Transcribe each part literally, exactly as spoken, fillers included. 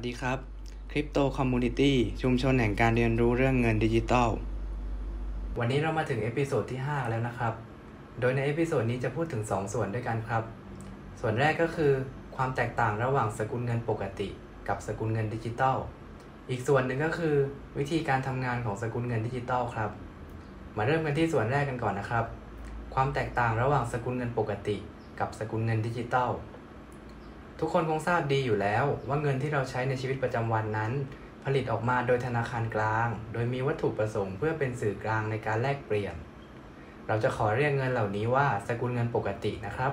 ดีครับ Crypto Community ชุมชนแห่งการเรียนรู้เรื่องเงินดิจิทัลวันนี้เรามาถึงเอพิโซดที่ห้าแล้วนะครับโดยในเอพิโซดนี้จะพูดถึงสองส่วนด้วยกันครับส่วนแรกก็คือความแตกต่างระหว่างสกุลเงินปกติกับสกุลเงินดิจิทัลอีกส่วนหนึ่งก็คือวิธีการทำงานของสกุลเงินดิจิทัลครับมาเริ่มกันที่ส่วนแรกกันก่อนนะครับความแตกต่างระหว่างสกุลเงินปกติกับสกุลเงินดิจิทัลทุกคนคงทราบดีอยู่แล้วว่าเงินที่เราใช้ในชีวิตประจำวันนั้นผลิตออกมาโดยธนาคารกลางโดยมีวัตถุประสงค์เพื่อเป็นสื่อกลางในการแลกเปลี่ยนเราจะขอเรียกเงินเหล่านี้ว่าสกุลเงินปกตินะครับ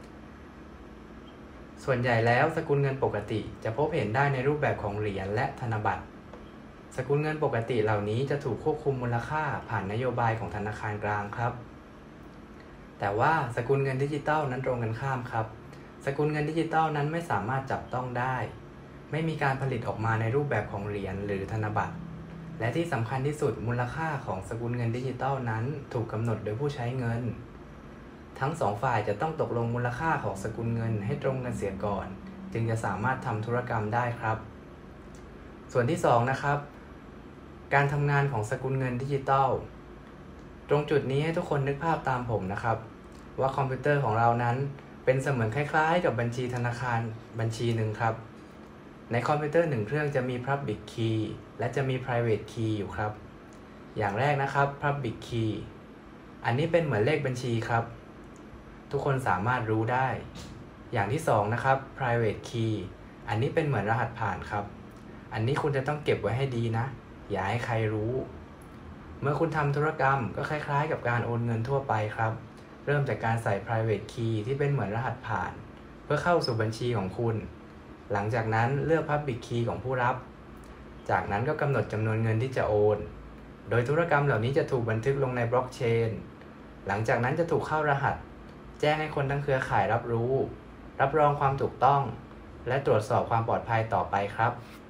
ส่วนใหญ่แล้วสกุลเงินปกติจะพบเห็นได้ในรูปแบบของเหรียญและธนบัตรสกุลเงินปกติเหล่านี้จะถูกควบคุมมูลค่าผ่านนโยบายของธนาคารกลางครับแต่ว่าสกุลเงินดิจิทัลนั้นตรงกันข้ามครับสกุลเงินดิจิทัลนั้นไม่สามารถจับต้องได้ไม่มีการผลิตออกมาในรูปแบบของเหรียญหรือธนบัตรและที่สำคัญที่สุดมูลค่าของสกุลเงินดิจิทัลนั้นถูกกำหนดโดยผู้ใช้เงินทั้งสองฝ่ายจะต้องตกลงมูลค่าของสกุลเงินให้ตรงกันเสียก่อนจึงจะสามารถทำธุรกรรมได้ครับส่วนที่สองนะครับการทำงานของสกุลเงินดิจิทัลตรงจุดนี้ให้ทุกคนนึกภาพตามผมนะครับว่าคอมพิวเตอร์ของเรานั้นเป็นเสมือนคล้ายๆกับบัญชีธนาคารบัญชีหนึ่งครับในคอมพิวเตอร์หนึ่งเครื่องจะมี Public Key และจะมี Private Key อยู่ครับอย่างแรกนะครับ Public Key อันนี้เป็นเหมือนเลขบัญชีครับทุกคนสามารถรู้ได้อย่างที่สองนะครับ Private Key อันนี้เป็นเหมือนรหัสผ่านครับอันนี้คุณจะต้องเก็บไว้ให้ดีนะอย่าให้ใครรู้เมื่อคุณทำธุรกรรมก็คล้ายๆกับการโอนเงินทั่วไปครับเริ่มจากการใส่ private key ที่เป็นเหมือนรหัสผ่านเพื่อเข้าสู่บัญชีของคุณหลังจากนั้นเลือก public key ของผู้รับจากนั้นก็กำหนดจำนวนเงินที่จะโอนโดยธุรกรรมเหล่านี้จะถูกบันทึกลงในบล็อกเชนหลังจากนั้นจะถูกเข้ารหัสแจ้งให้คนทั้งเครือข่ายรับรู้รับรองความถูกต้องและตรวจสอบความปลอดภัยต่อไปครับ